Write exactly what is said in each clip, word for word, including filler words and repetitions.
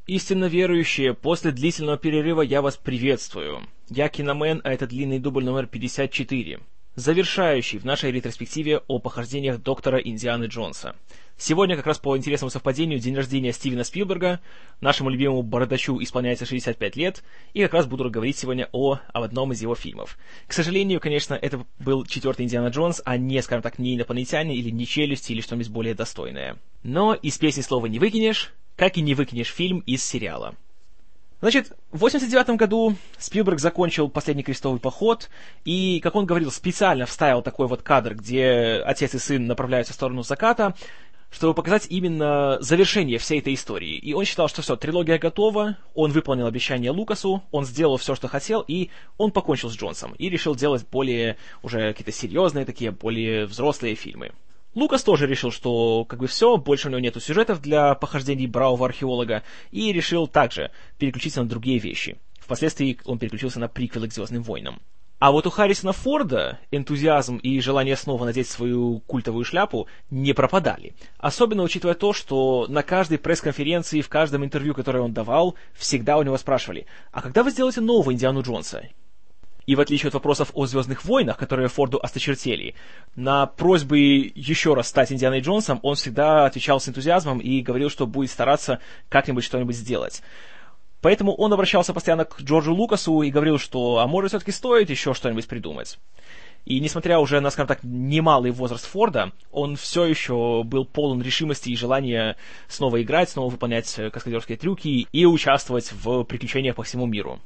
Истинно верующие, после длительного перерыва я вас приветствую. Я Киномен, а это длинный дубль номер пятьдесят четыре, завершающий в нашей ретроспективе о похождениях доктора Индианы Джонса. Сегодня, как раз по интересному совпадению, день рождения Стивена Спилберга, нашему любимому бородачу исполняется шестьдесят пять лет, и как раз буду говорить сегодня о, об одном из его фильмов. К сожалению, конечно, это был четвертый Индиана Джонс, а не, скажем так, не инопланетяне, или не челюсти, или что-нибудь более достойное. Но из песни слова не выкинешь, как и не выкинешь фильм из сериала. Значит, в восемьдесят девятом году Спилберг закончил «Последний крестовый поход», и, как он говорил, специально вставил такой вот кадр, где отец и сын направляются в сторону заката, чтобы показать именно завершение всей этой истории. И он считал, что все, трилогия готова, он выполнил обещание Лукасу, он сделал все, что хотел, и он покончил с Джонсом, и решил делать более уже какие-то серьезные, такие более взрослые фильмы. Лукас тоже решил, что как бы все, больше у него нету сюжетов для похождений бравого археолога, и решил также переключиться на другие вещи. Впоследствии он переключился на приквелы к «Звездным войнам». А вот у Харрисона Форда энтузиазм и желание снова надеть свою культовую шляпу не пропадали. Особенно учитывая то, что на каждой пресс-конференции, в каждом интервью, которое он давал, всегда у него спрашивали: «А когда вы сделаете нового Индиану Джонса?» И в отличие от вопросов о «Звездных войнах», которые Форду осточертели, на просьбы еще раз стать Индианой Джонсом он всегда отвечал с энтузиазмом и говорил, что будет стараться как-нибудь что-нибудь сделать. Поэтому он обращался постоянно к Джорджу Лукасу и говорил, что, а может, все-таки стоит еще что-нибудь придумать. И несмотря уже на, скажем так, немалый возраст Форда, он все еще был полон решимости и желания снова играть, снова выполнять каскадерские трюки и участвовать в приключениях по всему миру.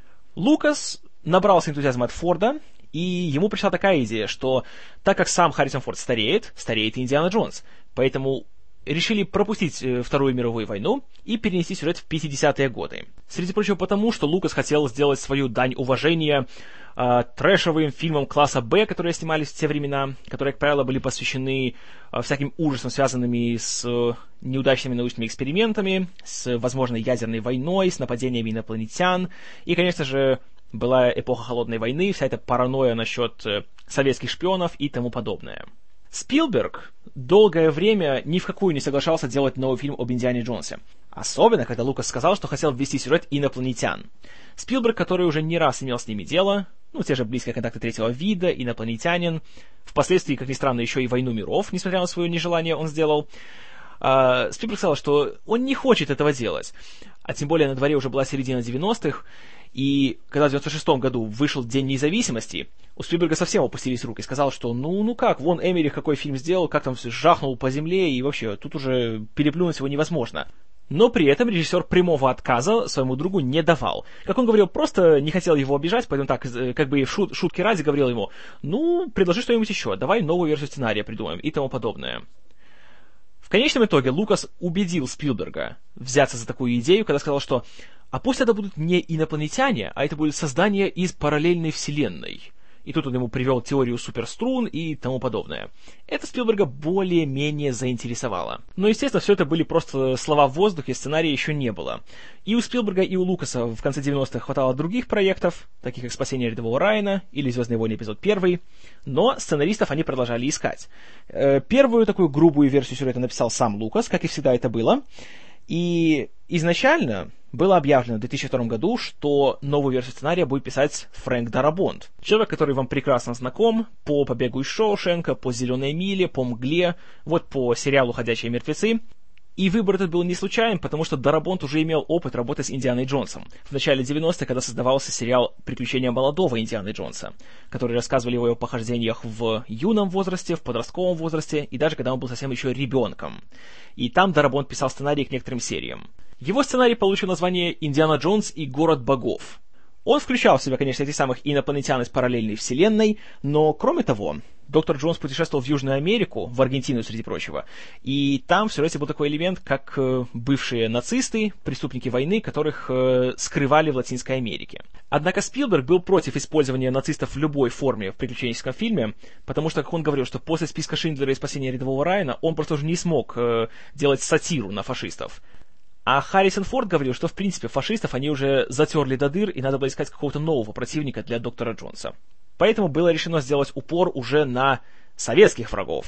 Лукас набрался энтузиазма от Форда, и ему пришла такая идея, что так как сам Харрисон Форд стареет, стареет и Индиана Джонс, поэтому решили пропустить Вторую мировую войну и перенести сюжет в пятидесятые годы. Среди прочего потому, что Лукас хотел сделать свою дань уважения э, трэшевым фильмам класса Б, которые снимались в те времена, которые, как правило, были посвящены э, всяким ужасам, связанными с э, неудачными научными экспериментами, с возможной ядерной войной, с нападениями инопланетян. И, конечно же, была эпоха Холодной войны, вся эта паранойя насчет э, советских шпионов и тому подобное. Спилберг долгое время ни в какую не соглашался делать новый фильм об Индиане Джонсе. Особенно, когда Лукас сказал, что хотел ввести сюжет инопланетян. Спилберг, который уже не раз имел с ними дело, ну, те же «Близкие контакты третьего вида», «Инопланетянин», впоследствии, как ни странно, еще и «Войну миров», несмотря на свое нежелание, он сделал. Uh, Спилберг сказал, что он не хочет этого делать. А тем более на дворе уже была середина девяностых, и когда в девяносто шестом году вышел День независимости, у Спилберга совсем опустились руки. Сказал, что ну, ну как, вон Эмерих какой фильм сделал, как там все жахнул по земле, и вообще, тут уже переплюнуть его невозможно. Но при этом режиссер прямого отказа своему другу не давал. Как он говорил, просто не хотел его обижать, поэтому так, как бы в шут, шутки ради говорил ему: ну, предложи что-нибудь еще, давай новую версию сценария придумаем и тому подобное. В конечном итоге Лукас убедил Спилберга взяться за такую идею, когда сказал, что «а пусть это будут не инопланетяне, а это будет создание из параллельной вселенной». И тут он ему привел теорию суперструн и тому подобное. Это Спилберга более-менее заинтересовало. Но, естественно, все это были просто слова в воздухе, сценария еще не было. И у Спилберга, и у Лукаса в конце девяностых хватало других проектов, таких как «Спасение рядового Райана» или «Звездные войны. Эпизод один», но сценаристов они продолжали искать. Первую такую грубую версию сюжета написал сам Лукас, как и всегда это было. И изначально было объявлено в две тысячи втором году, что новую версию сценария будет писать Фрэнк Дарабонт. Человек, который вам прекрасно знаком по «Побегу из Шоушенка», по «Зеленой миле», по «Мгле», вот по сериалу «Ходячие мертвецы». И выбор этот был не случайен, потому что Дарабонт уже имел опыт работы с Индианой Джонсом. В начале девяностых, когда создавался сериал «Приключения молодого Индианы Джонса», которые рассказывали о его похождениях в юном возрасте, в подростковом возрасте и даже когда он был совсем еще ребенком. И там Дарабонт писал сценарий к некоторым сериям. Его сценарий получил название «Индиана Джонс и город богов». Он включал в себя, конечно, этих самых инопланетян из параллельной вселенной, но, кроме того, доктор Джонс путешествовал в Южную Америку, в Аргентину, среди прочего, и там в сюжете был такой элемент, как э, бывшие нацисты, преступники войны, которых э, скрывали в Латинской Америке. Однако Спилберг был против использования нацистов в любой форме в приключенческом фильме, потому что, как он говорил, что после «Списка Шиндлера» и «Спасения рядового Райана» он просто уже не смог э, делать сатиру на фашистов. А Харрисон Форд говорил, что, в принципе, фашистов они уже затерли до дыр, и надо было искать какого-то нового противника для доктора Джонса. Поэтому было решено сделать упор уже на советских врагов.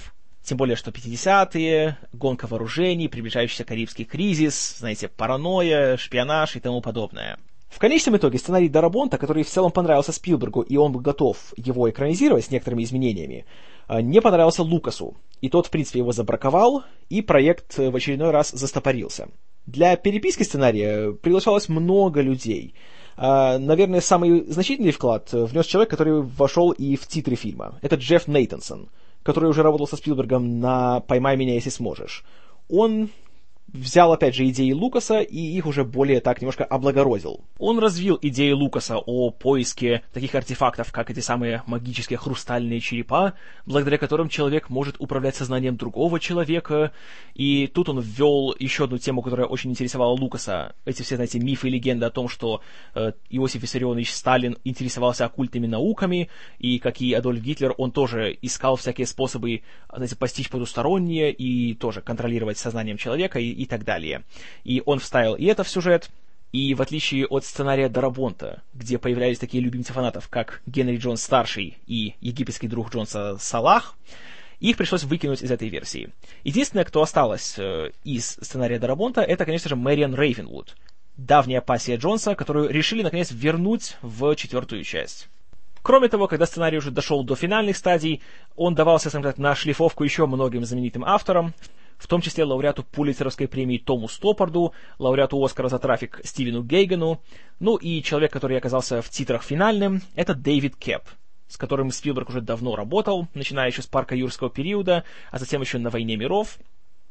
Тем более, что пятидесятые, гонка вооружений, приближающийся Карибский кризис, знаете, паранойя, шпионаж и тому подобное. В конечном итоге сценарий Дарабонта, который в целом понравился Спилбергу, и он был готов его экранизировать с некоторыми изменениями, не понравился Лукасу. И тот, в принципе, его забраковал, и проект в очередной раз застопорился. Для переписки сценария приглашалось много людей. Наверное, самый значительный вклад внес человек, который вошел и в титры фильма. Это Джефф Нейтансон, который уже работал со Спилбергом на «Поймай меня, если сможешь». Он взял, опять же, идеи Лукаса и их уже более так немножко облагородил. Он развил идеи Лукаса о поиске таких артефактов, как эти самые магические хрустальные черепа, благодаря которым человек может управлять сознанием другого человека. И тут он ввел еще одну тему, которая очень интересовала Лукаса. Эти все, знаете, мифы и легенды о том, что э, Иосиф Виссарионович Сталин интересовался оккультными науками, и, как и Адольф Гитлер, он тоже искал всякие способы, знаете, постичь потустороннее и тоже контролировать сознанием человека и и так далее. И он вставил и это в сюжет, и в отличие от сценария Дарабонта, где появлялись такие любимцы фанатов, как Генри Джонс-старший и египетский друг Джонса Салах, их пришлось выкинуть из этой версии. Единственное, кто осталось э, из сценария Дарабонта, это, конечно же, Мэриан Рейвенвуд, давняя пассия Джонса, которую решили, наконец, вернуть в четвертую часть. Кроме того, когда сценарий уже дошел до финальных стадий, он давался, скажем так, на шлифовку еще многим знаменитым авторам, в том числе лауреату Пулитцеровской премии Тому Стоппарду, лауреату Оскара за трафик Стивену Гейгану, ну и человек, который оказался в титрах финальным, это Дэвид Кеп, с которым Спилберг уже давно работал, начиная еще с «Парка юрского периода», а затем еще на «Войне миров».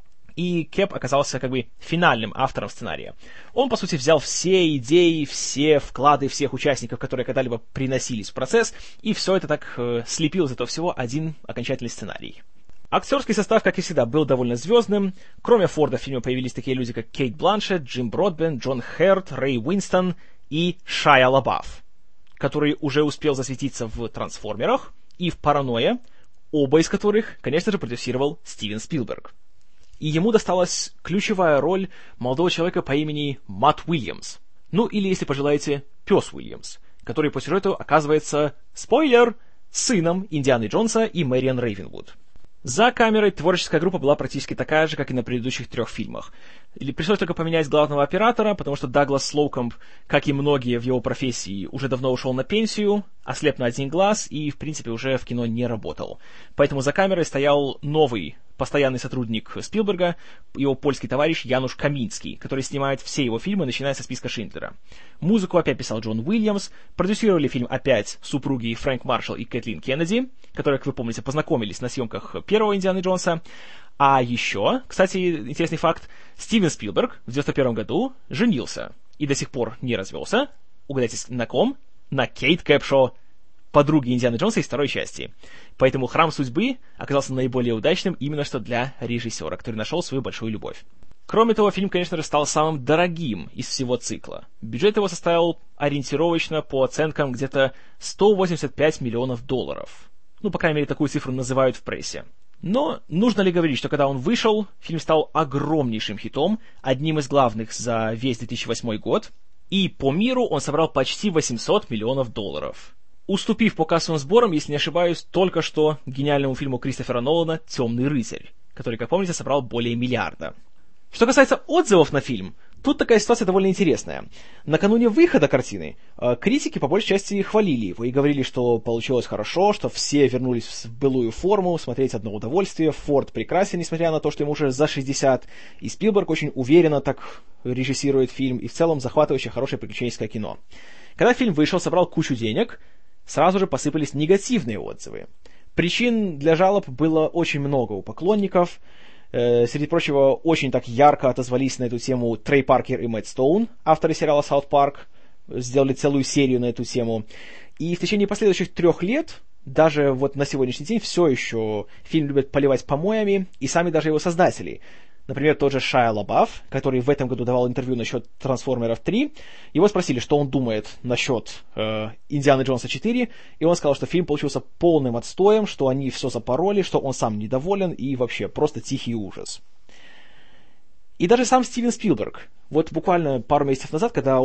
И Кеп оказался как бы финальным автором сценария. Он, по сути, взял все идеи, все вклады всех участников, которые когда-либо приносились в процесс, и все это так э, слепил из этого всего один окончательный сценарий. Актерский состав, как и всегда, был довольно звездным. Кроме Форда в фильме появились такие люди, как Кейт Бланшетт, Джим Бродбент, Джон Херт, Рэй Уинстон и Шайа Лабаф, который уже успел засветиться в «Трансформерах» и в «Паранойе», оба из которых, конечно же, продюсировал Стивен Спилберг. И ему досталась ключевая роль молодого человека по имени Матт Уильямс. Ну, или, если пожелаете, пес Уильямс, который по сюжету оказывается, спойлер, сыном Индианы Джонса и Мэриан Рейвенвуд. За камерой творческая группа была практически такая же, как и на предыдущих трех фильмах. Или пришлось только поменять главного оператора, потому что Даглас Слоукомб, как и многие в его профессии, уже давно ушел на пенсию, ослеп на один глаз и, в принципе, уже в кино не работал. Поэтому за камерой стоял новый постоянный сотрудник Спилберга, его польский товарищ Януш Каминский, который снимает все его фильмы, начиная со «Списка Шиндлера». Музыку опять писал Джон Уильямс, продюсировали фильм опять супруги Фрэнк Маршалл и Кэтлин Кеннеди, которые, как вы помните, познакомились на съемках первого «Индианы Джонса». А еще, кстати, интересный факт, Стивен Спилберг в девяносто первом году женился и до сих пор не развелся. Угадайте, на ком? На Кейт Кэпшо, подруги Индианы Джонса из второй части. Поэтому «Храм судьбы» оказался наиболее удачным именно что для режиссера, который нашел свою большую любовь. Кроме того, фильм, конечно же, стал самым дорогим из всего цикла. Бюджет его составил ориентировочно по оценкам где-то сто восемьдесят пять миллионов долларов. Ну, по крайней мере, такую цифру называют в прессе. Но нужно ли говорить, что когда он вышел, фильм стал огромнейшим хитом, одним из главных за весь две тысячи восьмой год, и по миру он собрал почти восемьсот миллионов долларов. Уступив по кассовым сборам, если не ошибаюсь, только что гениальному фильму Кристофера Нолана «Темный рыцарь», который, как помните, собрал более миллиарда. Что касается отзывов на фильм, тут такая ситуация довольно интересная. Накануне выхода картины э, критики по большей части хвалили его и говорили, что получилось хорошо, что все вернулись в былую форму, смотреть одно удовольствие, Форд прекрасен, несмотря на то, что ему уже за шестьдесят, и Спилберг очень уверенно так режиссирует фильм, и в целом захватывающее хорошее приключенческое кино. Когда фильм вышел, собрал кучу денег, сразу же посыпались негативные отзывы. Причин для жалоб было очень много у поклонников. Э, среди прочего, очень так ярко отозвались на эту тему Трей Паркер и Мэтт Стоун, авторы сериала «Саут Парк», сделали целую серию на эту тему. И в течение последующих трех лет, даже вот на сегодняшний день, все еще фильм любят поливать помоями, и сами даже его создатели. Например, тот же Шайа Лабаф, который в этом году давал интервью насчет «Трансформеров три», его спросили, что он думает насчет э, «Индианы Джонса четыре», и он сказал, что фильм получился полным отстоем, что они все запороли, что он сам недоволен, и вообще просто тихий ужас. И даже сам Стивен Спилберг, вот буквально пару месяцев назад, когда он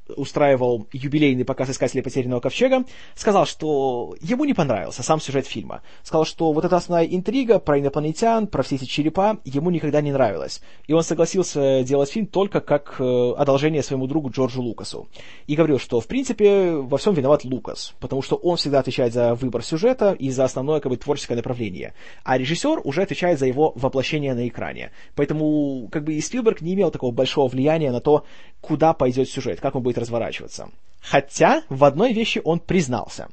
устраивал юбилейный показ «Искателей потерянного ковчега», сказал, что ему не понравился сам сюжет фильма. Сказал, что вот эта основная интрига про инопланетян, про все эти черепа, ему никогда не нравилась. И он согласился делать фильм только как одолжение своему другу Джорджу Лукасу. И говорил, что, в принципе, во всем виноват Лукас, потому что он всегда отвечает за выбор сюжета и за основное, как бы, творческое направление. А режиссер уже отвечает за его воплощение на экране. Поэтому, как бы, и Спилберг не имел такого большого влияния на то, куда пойдет сюжет, как он будет разворачиваться. Хотя в одной вещи он признался.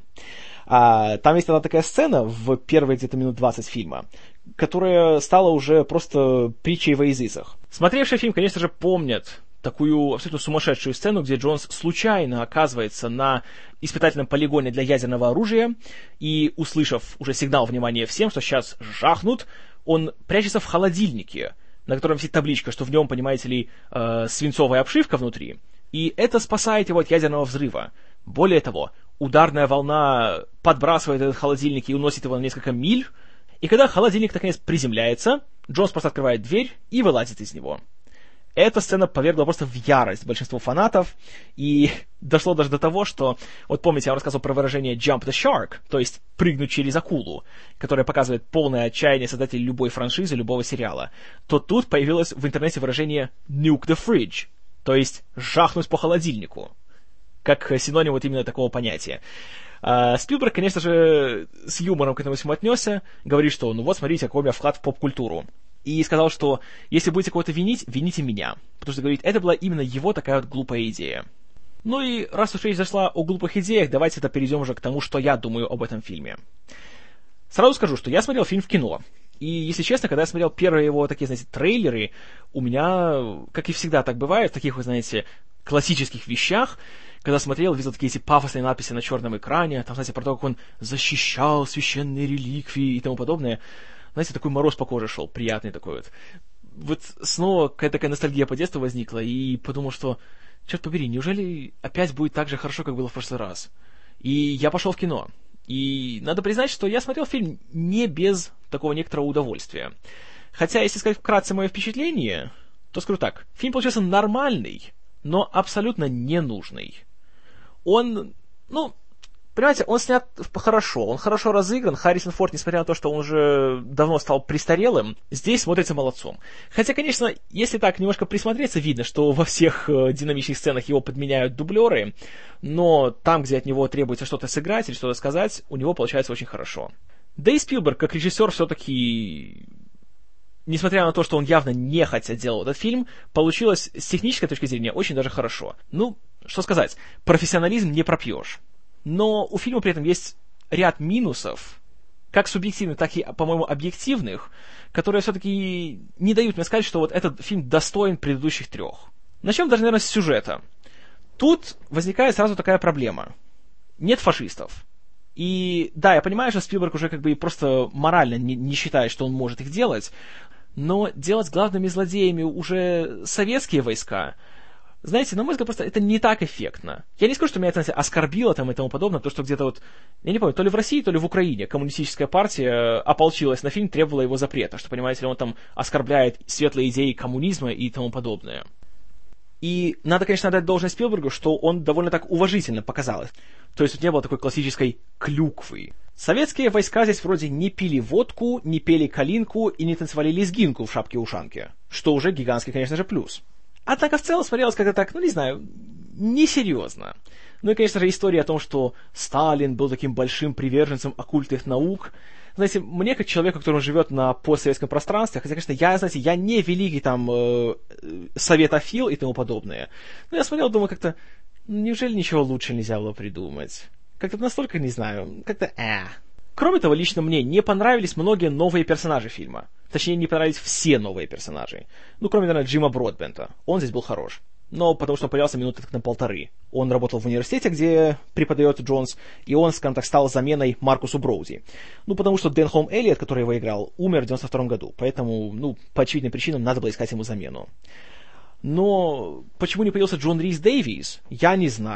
А, там есть одна такая сцена в первые где-то минут двадцать фильма, которая стала уже просто притчей во языцах. Смотревшие фильм, конечно же, помнят такую абсолютно сумасшедшую сцену, где Джонс случайно оказывается на испытательном полигоне для ядерного оружия, и, услышав уже сигнал внимания всем, что сейчас жахнут, он прячется в холодильнике, на котором висит табличка, что в нем, понимаете ли, э, свинцовая обшивка внутри, и это спасает его от ядерного взрыва. Более того, ударная волна подбрасывает этот холодильник и уносит его на несколько миль, и когда холодильник наконец приземляется, Джонс просто открывает дверь и вылазит из него. Эта сцена повергла просто в ярость большинство фанатов, и дошло даже до того, что, вот помните, я вам рассказывал про выражение «jump the shark», то есть «прыгнуть через акулу», которое показывает полное отчаяние создателей любой франшизы, любого сериала, то тут появилось в интернете выражение «nuke the fridge», то есть «жахнуть по холодильнику», как синоним вот именно такого понятия. Uh, Спилберг, конечно же, с юмором к этому всему отнесся, говорит, что ну вот смотрите, какой у меня вклад в поп-культуру. И сказал, что если будете кого-то винить, вините меня. Потому что, говорит, это была именно его такая вот глупая идея. Ну и раз уж речь зашла о глупых идеях, давайте это перейдем уже к тому, что я думаю об этом фильме. Сразу скажу, что я смотрел фильм в кино. И, если честно, когда я смотрел первые его такие, знаете, трейлеры, у меня, как и всегда так бывает, в таких, вы знаете, классических вещах, когда смотрел, видел такие эти пафосные надписи на черном экране, там, знаете, про то, как он защищал священные реликвии и тому подобное. Знаете, такой мороз по коже шел, приятный такой вот. Вот снова какая-то такая ностальгия по детству возникла, и подумал, что, черт побери, неужели опять будет так же хорошо, как было в прошлый раз? И я пошел в кино. И надо признать, что я смотрел фильм не без такого некоторого удовольствия. Хотя, если сказать вкратце мое впечатление, то скажу так, фильм получился нормальный, но абсолютно ненужный. Он, ну, понимаете, он снят хорошо, он хорошо разыгран. Харрисон Форд, несмотря на то, что он уже давно стал престарелым, здесь смотрится молодцом. Хотя, конечно, если так немножко присмотреться, видно, что во всех э, динамичных сценах его подменяют дублеры, но там, где от него требуется что-то сыграть или что-то сказать, у него получается очень хорошо. Да и Спилберг, как режиссер, все-таки, несмотря на то, что он явно нехотя делал этот фильм, получилось с технической точки зрения очень даже хорошо. Ну, что сказать, профессионализм не пропьешь. Но у фильма при этом есть ряд минусов, как субъективных, так и, по-моему, объективных, которые все-таки не дают мне сказать, что вот этот фильм достоин предыдущих трех. Начнем даже, наверное, с сюжета. Тут возникает сразу такая проблема. Нет фашистов. И да, я понимаю, что Спилберг уже как бы просто морально не, не считает, что он может их делать, но делать главными злодеями уже советские войска, знаете, на мой взгляд, просто это не так эффектно. Я не скажу, что меня это, знаете, оскорбило там и тому подобное, то, что где-то вот, я не помню, то ли в России, то ли в Украине коммунистическая партия ополчилась на фильм, требовала его запрета, что, понимаете ли, он там оскорбляет светлые идеи коммунизма и тому подобное. И надо, конечно, отдать должность Спилбергу, что он довольно так уважительно показал. То есть тут не было такой классической клюквы. Советские войска здесь вроде не пили водку, не пели калинку и не танцевали лезгинку в шапке-ушанке, что уже гигантский, конечно же, плюс. Однако в целом смотрелось как-то так, ну не знаю, несерьезно. Ну и, конечно же, история о том, что Сталин был таким большим приверженцем оккультных наук. Знаете, мне, как человеку, который живет на постсоветском пространстве, хотя, конечно, я, знаете, я не великий там э, советофил и тому подобное, но я смотрел, думаю, как-то, неужели ничего лучше нельзя было придумать? Как-то настолько, не знаю, как-то э. Кроме того, лично мне не понравились многие новые персонажи фильма. Точнее, не понравились все новые персонажи. Ну, кроме, наверное, Джима Бродбента. Он здесь был хорош. Но потому что он появлялся минуты так на полторы. Он работал в университете, где преподает Джонс, и он, скажем так, стал заменой Маркусу Броуди. Ну, потому что Дэнхолм Эллиот, который его играл, умер в девяносто втором году. Поэтому, ну, по очевидным причинам надо было искать ему замену. Но почему не появился Джон Рис Дэвис, я не знаю.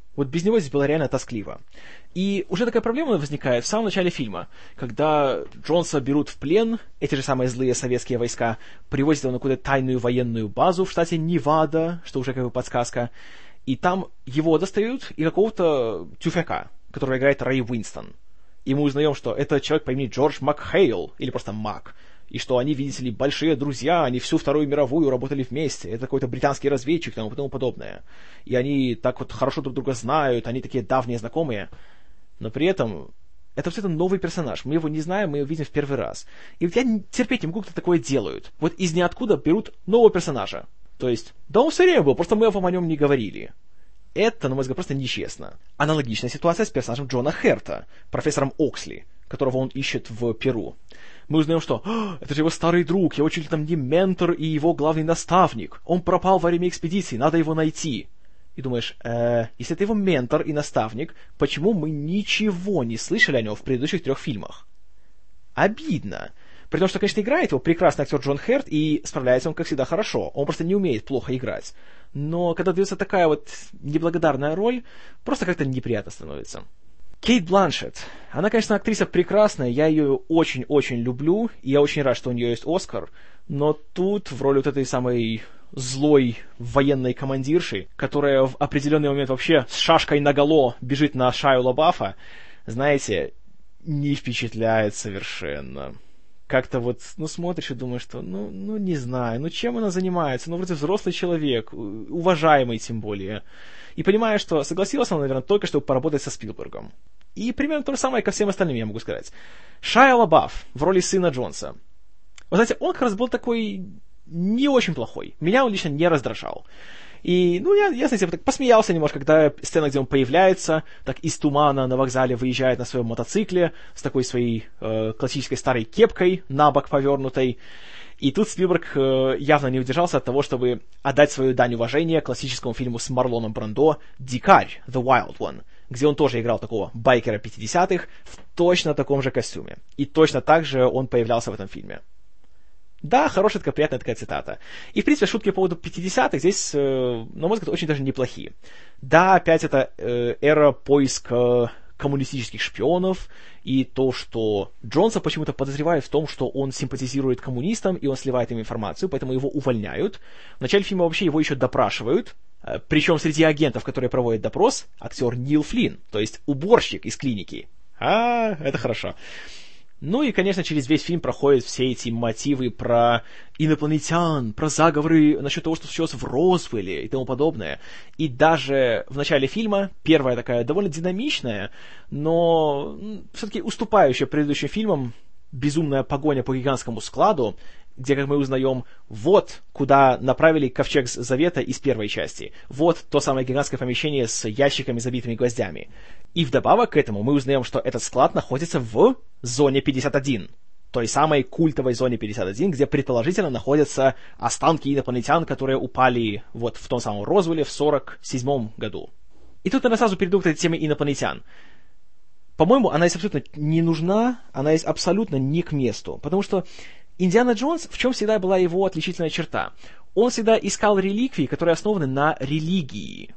Вот без него здесь было реально тоскливо. И уже такая проблема возникает в самом начале фильма, когда Джонса берут в плен, эти же самые злые советские войска, привозят его на какую-то тайную военную базу в штате Невада, что уже как бы подсказка, и там его достают и какого-то тюфяка, которого играет Рэй Уинстон. И мы узнаем, что это человек по имени Джордж Макхейл, или просто Мак, и что они, видите ли, большие друзья, они всю Вторую мировую работали вместе, это какой-то британский разведчик и тому, тому подобное. И они так вот хорошо друг друга знают, они такие давние знакомые. Но при этом это все-таки новый персонаж, мы его не знаем, мы его видим в первый раз. И вот я терпеть не могу, кто такое делают. Вот из ниоткуда берут нового персонажа. То есть, да он все время был, просто мы вам о нем не говорили. Это, на мой взгляд, просто нечестно. Аналогичная ситуация с персонажем Джона Херта, профессором Оксли, которого он ищет в Перу. Мы узнаем, что это же его старый друг, его чуть ли там не ментор и его главный наставник. Он пропал во время экспедиции, надо его найти. И думаешь, э, если это его ментор и наставник, почему мы ничего не слышали о нем в предыдущих трех фильмах? Обидно. При том, что, конечно, играет его прекрасный актер Джон Херт, и справляется он, как всегда, хорошо. Он просто не умеет плохо играть. Но когда дается такая вот неблагодарная роль, просто как-то неприятно становится. Кейт Бланшетт. Она, конечно, актриса прекрасная, я ее очень-очень люблю, и я очень рад, что у нее есть Оскар, но тут в роли вот этой самой злой военной командирши, которая в определенный момент вообще с шашкой наголо бежит на Шайю Лабафа, знаете, не впечатляет совершенно. Как-то вот, ну, смотришь и думаешь, что, ну, ну, не знаю, ну, чем она занимается? Ну, вроде взрослый человек, уважаемый тем более. И понимаешь, что согласилась она, наверное, только чтобы поработать со Спилбергом. И примерно то же самое ко всем остальным, я могу сказать. Шайя Лабаф в роли сына Джонса. Вы знаете, он как раз был такой не очень плохой. Меня он лично не раздражал. И, ну, я, я, знаете, так посмеялся немножко, когда сцена, где он появляется, так из тумана на вокзале выезжает на своем мотоцикле с такой своей э, классической старой кепкой, на бок повернутой. И тут Спилберг э, явно не удержался от того, чтобы отдать свою дань уважения классическому фильму с Марлоном Брандо «Дикарь», «The Wild One», где он тоже играл такого байкера пятидесятых в точно таком же костюме. И точно так же он появлялся в этом фильме. Да, хорошая такая приятная такая цитата. И, в принципе, шутки по поводу пятидесятых здесь, э, на мой взгляд, очень даже неплохие. Да, опять это э, эра поиска коммунистических шпионов, и то, что Джонса почему-то подозревают в том, что он симпатизирует коммунистам, и он сливает им информацию, поэтому его увольняют. В начале фильма вообще его еще допрашивают, э, причем среди агентов, которые проводят допрос, актер Нил Флинн, то есть уборщик из клиники. А, это хорошо. Ну и, конечно, через весь фильм проходят все эти мотивы про инопланетян, про заговоры насчет того, что случилось в Розвилле и тому подобное. И даже в начале фильма, первая такая довольно динамичная, но все-таки уступающая предыдущим фильмам, безумная погоня по гигантскому складу, где, как мы узнаем, вот куда направили ковчег Завета из первой части. Вот то самое гигантское помещение с ящиками, забитыми гвоздями. И вдобавок к этому мы узнаем, что этот склад находится в зоне пятьдесят один. Той самой культовой зоне пятьдесят один, где предположительно находятся останки инопланетян, которые упали вот в том самом Розвилле в сорок седьмом году. И тут, наверное, сразу перейду к этой теме инопланетян. По-моему, она есть абсолютно не нужна, она есть абсолютно не к месту, потому что Индиана Джонс, в чем всегда была его отличительная черта? Он всегда искал реликвии, которые основаны на религии.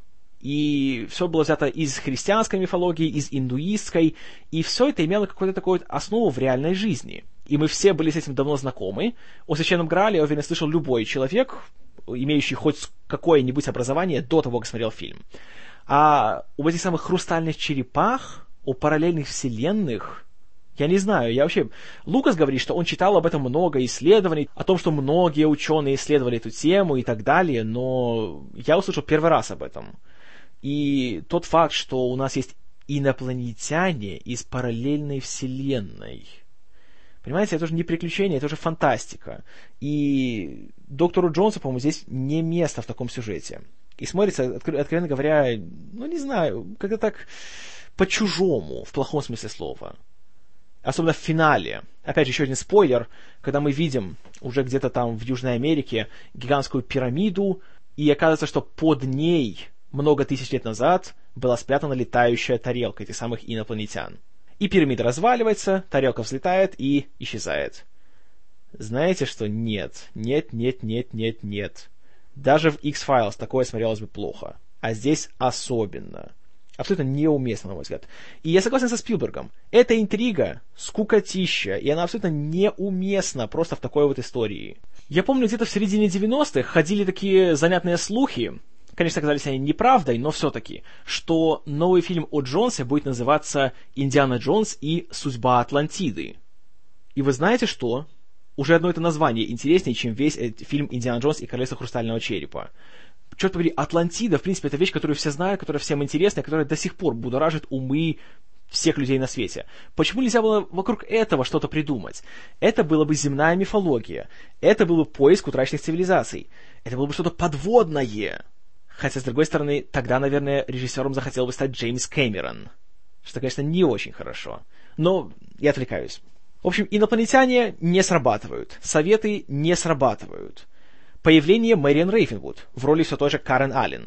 И все было взято из христианской мифологии, из индуистской, и все это имело какую-то такую основу в реальной жизни. И мы все были с этим давно знакомы. О Священном Граале, я уверен, слышал любой человек, имеющий хоть какое-нибудь образование до того, как смотрел фильм. А об этих самых хрустальных черепах, о параллельных вселенных, я не знаю, я вообще... Лукас говорит, что он читал об этом много исследований, о том, что многие ученые исследовали эту тему и так далее, но я услышал первый раз об этом. И тот факт, что у нас есть инопланетяне из параллельной вселенной. Понимаете, это уже не приключение, это уже фантастика. И доктору Джонсу, по-моему, здесь не место в таком сюжете. И смотрится, откровенно говоря, ну не знаю, как-то так по-чужому, в плохом смысле слова. Особенно в финале. Опять же, еще один спойлер, когда мы видим уже где-то там в Южной Америке гигантскую пирамиду, и оказывается, что под ней много тысяч лет назад была спрятана летающая тарелка этих самых инопланетян. И пирамида разваливается, тарелка взлетает и исчезает. Знаете, что нет, нет, нет, нет, нет, нет. Даже в X-Files такое смотрелось бы плохо. А здесь особенно. Абсолютно неуместно, на мой взгляд. И я согласен со Спилбергом. Эта интрига скукотища, и она абсолютно неуместна просто в такой вот истории. Я помню, где-то в середине девяностых ходили такие занятные слухи, конечно, оказались они неправдой, но все-таки, что новый фильм о Джонсе будет называться «Индиана Джонс и судьба Атлантиды». И вы знаете что? Уже одно это название интереснее, чем весь фильм «Индиана Джонс и королевство хрустального черепа». Черт побери, Атлантида, в принципе, это вещь, которую все знают, которая всем интересна, которая до сих пор будоражит умы всех людей на свете. Почему нельзя было вокруг этого что-то придумать? Это была бы земная мифология. Это был бы поиск утраченных цивилизаций. Это было бы что-то подводное. Хотя, с другой стороны, тогда, наверное, режиссером захотел бы стать Джеймс Кэмерон. Что, конечно, не очень хорошо. Но я отвлекаюсь. В общем, инопланетяне не срабатывают. Советы не срабатывают. Появление Мэриан Рейвенвуд в роли все той же Карен Аллен.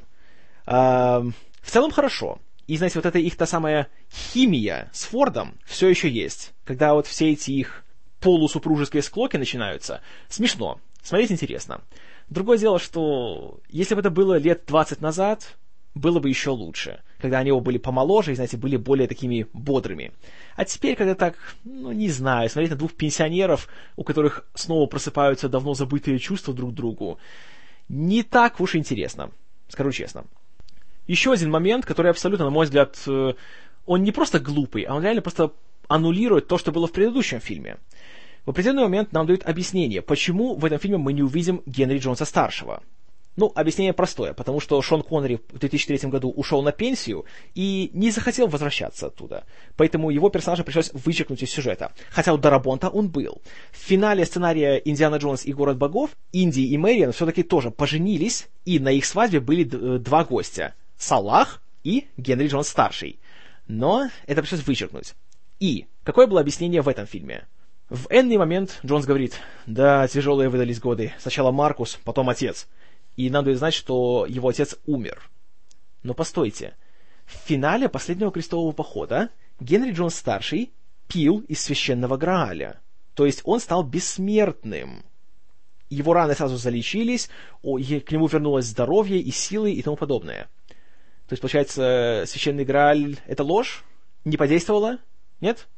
А, в целом хорошо. И, знаете, вот эта их та самая химия с Фордом все еще есть. Когда вот все эти их полусупружеские склоки начинаются, смешно. Смотреть интересно. Другое дело, что если бы это было лет двадцать назад, было бы еще лучше. Когда они оба были помоложе и, знаете, были более такими бодрыми. А теперь, когда так, ну, не знаю, смотреть на двух пенсионеров, у которых снова просыпаются давно забытые чувства друг к другу, не так уж интересно, скажу честно. Еще один момент, который абсолютно, на мой взгляд, он не просто глупый, а он реально просто аннулирует то, что было в предыдущем фильме. В определенный момент нам дают объяснение, почему в этом фильме мы не увидим Генри Джонса-старшего. Ну, объяснение простое, потому что Шон Коннери в две тысячи третьем году ушел на пенсию и не захотел возвращаться оттуда. Поэтому его персонажа пришлось вычеркнуть из сюжета. Хотя у Дарабонта он был. В финале сценария «Индиана Джонс и город богов» Инди и Мэриан все-таки тоже поженились, и на их свадьбе были д- два гостя. Салах и Генри Джонс-старший. Но это пришлось вычеркнуть. И какое было объяснение в этом фильме? В энный момент Джонс говорит: «Да, тяжелые выдались годы. Сначала Маркус, потом отец». И надо знать, что его отец умер. Но постойте. В финале последнего крестового похода Генри Джонс-старший пил из священного Грааля. То есть он стал бессмертным. Его раны сразу залечились, к нему вернулось здоровье и силы и тому подобное. То есть, получается, священный Грааль — это ложь? Не подействовало? Нет?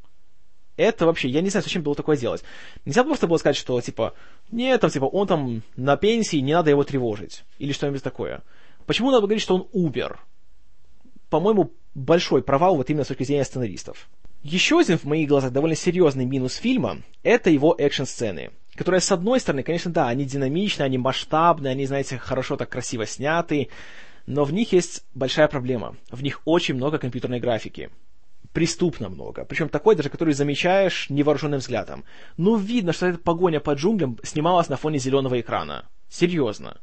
Это вообще, я не знаю, зачем было такое делать. Нельзя просто было сказать, что, типа, нет, там, типа, он там на пенсии, не надо его тревожить. Или что-нибудь такое. Почему надо говорить, что он умер? По-моему, большой провал вот именно с точки зрения сценаристов. Еще один, в моих глазах, довольно серьезный минус фильма — это его экшн-сцены. Которые, с одной стороны, конечно, да, они динамичны, они масштабны, они, знаете, хорошо так красиво сняты, но в них есть большая проблема. В них очень много компьютерной графики. Преступно много. Причем такой, даже который замечаешь невооруженным взглядом. Ну, видно, что эта погоня по джунглям снималась на фоне зеленого экрана. Серьезно.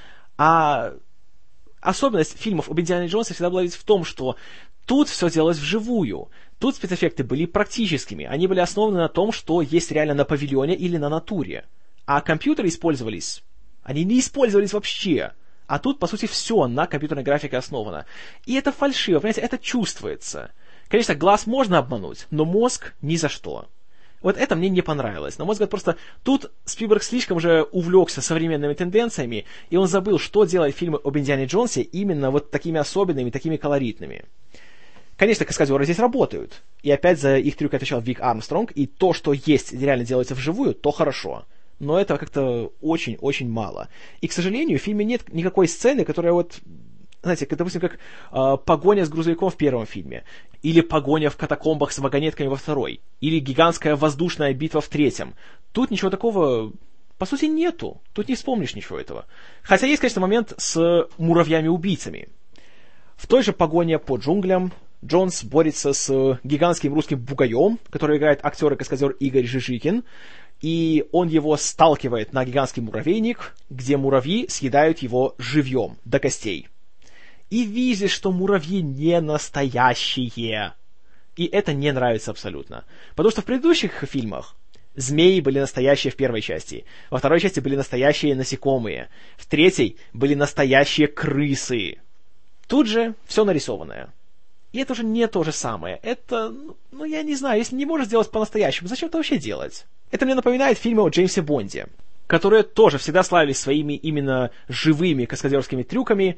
А особенность фильмов об Индиане Джонсе всегда была ведь в том, что тут все делалось вживую. Тут спецэффекты были практическими. Они были основаны на том, что есть реально на павильоне или на натуре. А компьютеры использовались... Они не использовались вообще. А тут, по сути, все на компьютерной графике основано. И это фальшиво, понимаете, это чувствуется. Конечно, глаз можно обмануть, но мозг ни за что. Вот это мне не понравилось. На мой взгляд, просто тут Спилберг слишком же увлекся современными тенденциями, и он забыл, что делает фильмы об Индиане Джонсе именно вот такими особенными, такими колоритными. Конечно, каскадеры здесь работают. И опять за их трюк отвечал Вик Армстронг, и то, что есть, реально делается вживую, то хорошо. Но этого как-то очень-очень мало. И, к сожалению, в фильме нет никакой сцены, которая вот... Знаете, допустим, как э, погоня с грузовиком в первом фильме, или погоня в катакомбах с вагонетками во второй, или гигантская воздушная битва в третьем. Тут ничего такого, по сути, нету. Тут не вспомнишь ничего этого. Хотя есть, конечно, момент с муравьями-убийцами. В той же погоне по джунглям Джонс борется с гигантским русским бугаем, который играет актер и каскадер Игорь Жижикин, и он его сталкивает на гигантский муравейник, где муравьи съедают его живьем, до костей. И видишь, что муравьи не настоящие. И это не нравится абсолютно. Потому что в предыдущих фильмах змеи были настоящие в первой части. Во второй части были настоящие насекомые. В третьей были настоящие крысы. Тут же все нарисованное. И это уже не то же самое. Это, ну, я не знаю, если не можешь сделать по-настоящему, зачем это вообще делать? Это мне напоминает фильмы о Джеймсе Бонде, которые тоже всегда славились своими именно живыми каскадерскими трюками,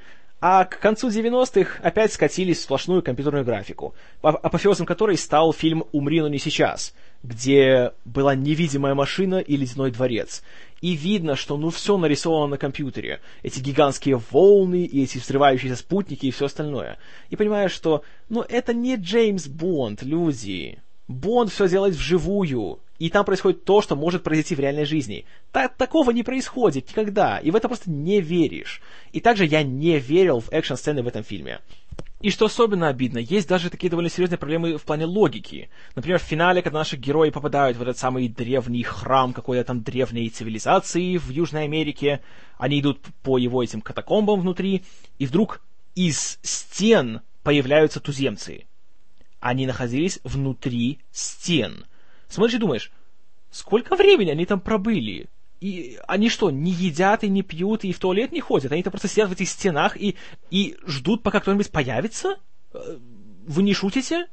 А к концу девяностых опять скатились в сплошную компьютерную графику, апофеозом которой стал фильм «Умри, но не сейчас», где была невидимая машина и ледяной дворец. И видно, что ну все нарисовано на компьютере. Эти гигантские волны, и эти взрывающиеся спутники, и все остальное. И понимаешь, что ну это не Джеймс Бонд, люди. Бонд все делает вживую. И там происходит то, что может произойти в реальной жизни. Та- такого не происходит никогда, и в это просто не веришь. И также я не верил в экшн-сцены в этом фильме. И что особенно обидно, есть даже такие довольно серьезные проблемы в плане логики. Например, в финале, когда наши герои попадают в этот самый древний храм какой-то там древней цивилизации в Южной Америке, они идут по его этим катакомбам внутри, и вдруг из стен появляются туземцы. Они находились внутри стен. Смотришь и думаешь, сколько времени они там пробыли? И они что, не едят и не пьют, и в туалет не ходят? Они там просто сидят в этих стенах и, и ждут, пока кто-нибудь появится? Вы не шутите?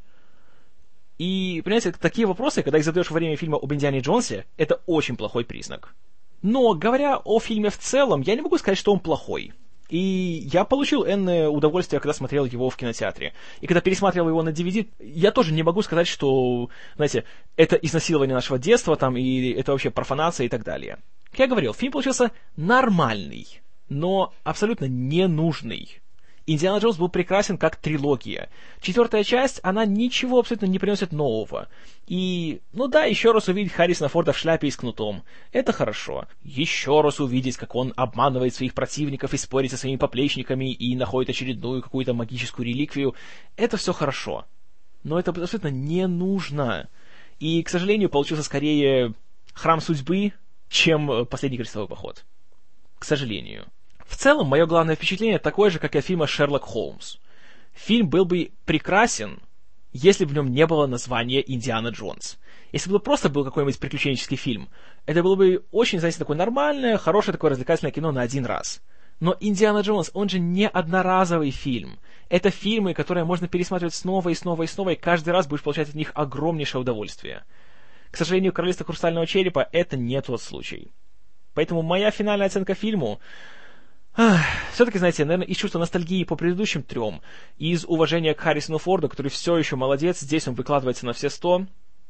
И, понимаете, такие вопросы, когда их задаешь во время фильма об Индиане Джонсе, это очень плохой признак. Но, говоря о фильме в целом, я не могу сказать, что он плохой. И я получил энное удовольствие, когда смотрел его в кинотеатре. И когда пересматривал его на ди ви ди, я тоже не могу сказать, что, знаете, это изнасилование нашего детства, там, и это вообще профанация и так далее. Как я говорил, фильм получился нормальный, но абсолютно ненужный. «Индиана Джонс» был прекрасен как трилогия. Четвертая часть, она ничего абсолютно не приносит нового. И, ну да, еще раз увидеть Харрисона Форда в шляпе и с кнутом. Это хорошо. Еще раз увидеть, как он обманывает своих противников и спорит со своими поплечниками и находит очередную какую-то магическую реликвию. Это все хорошо. Но это абсолютно не нужно. И, к сожалению, получился скорее храм судьбы, чем последний крестовый поход. К сожалению. В целом, мое главное впечатление такое же, как и от фильма «Шерлок Холмс». Фильм был бы прекрасен, если бы в нем не было названия «Индиана Джонс». Если бы просто был какой-нибудь приключенческий фильм, это было бы очень, знаете, такое нормальное, хорошее такое развлекательное кино на один раз. Но «Индиана Джонс», он же не одноразовый фильм. Это фильмы, которые можно пересматривать снова и снова и снова, и каждый раз будешь получать от них огромнейшее удовольствие. К сожалению, «Королевство хрустального черепа» — это не тот случай. Поэтому моя финальная оценка фильму... Ах, все-таки, знаете, наверное, из чувства ностальгии по предыдущим трем, и из уважения к Харрисону Форду, который все еще молодец, здесь он выкладывается на все сто,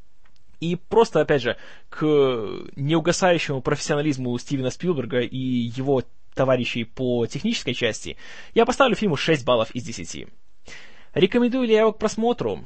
и просто, опять же, к неугасающему профессионализму Стивена Спилберга и его товарищей по технической части, я поставлю фильму шесть баллов из десяти. Рекомендую ли я его к просмотру?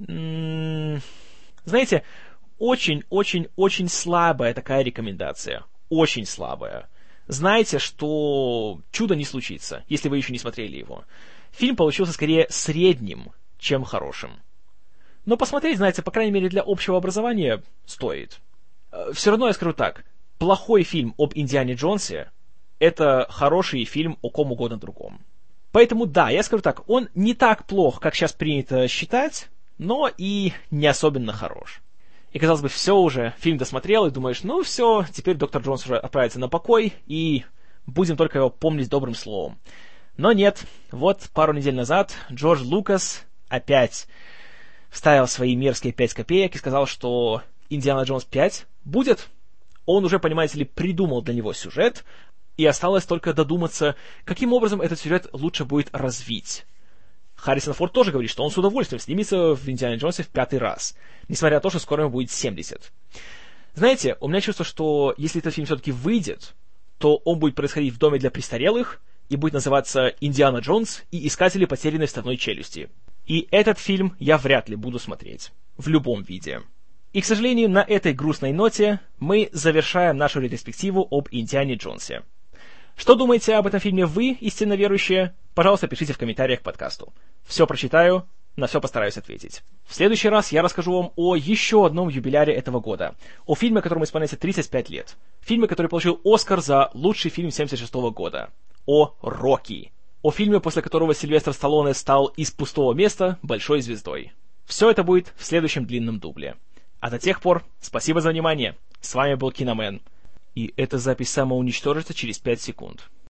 М-м- знаете, очень-очень-очень слабая такая рекомендация. Очень слабая. Знайте, что чудо не случится, если вы еще не смотрели его. Фильм получился скорее средним, чем хорошим. Но посмотреть, знаете, по крайней мере для общего образования стоит. Все равно я скажу так. Плохой фильм об Индиане Джонсе — это хороший фильм о ком угодно другом. Поэтому да, я скажу так, он не так плох, как сейчас принято считать, но и не особенно хорош. И, казалось бы, все уже, фильм досмотрел, и думаешь, ну все, теперь доктор Джонс уже отправится на покой, и будем только его помнить добрым словом. Но нет, вот пару недель назад Джордж Лукас опять вставил свои мерзкие пять копеек и сказал, что «Индиана Джонс пять» будет. Он уже, понимаете ли, придумал для него сюжет, и осталось только додуматься, каким образом этот сюжет лучше будет развить. Харрисон Форд тоже говорит, что он с удовольствием снимется в «Индиане Джонсе» в пятый раз, несмотря на то, что скоро ему будет семьдесят. Знаете, у меня чувство, что если этот фильм все-таки выйдет, то он будет происходить в доме для престарелых и будет называться «Индиана Джонс и искатели потерянной вставной челюсти». И этот фильм я вряд ли буду смотреть. В любом виде. И, к сожалению, на этой грустной ноте мы завершаем нашу ретроспективу об «Индиане Джонсе». Что думаете об этом фильме вы, истинно верующие? Пожалуйста, пишите в комментариях к подкасту. Все прочитаю, на все постараюсь ответить. В следующий раз я расскажу вам о еще одном юбиляре этого года. О фильме, которому исполняется тридцать пять лет. Фильме, который получил Оскар за лучший фильм семьдесят шестого года. О «Рокки». О фильме, после которого Сильвестр Сталлоне стал из пустого места большой звездой. Все это будет в следующем длинном дубле. А до тех пор, спасибо за внимание. С вами был Киномен. И эта запись самоуничтожится через пять секунд.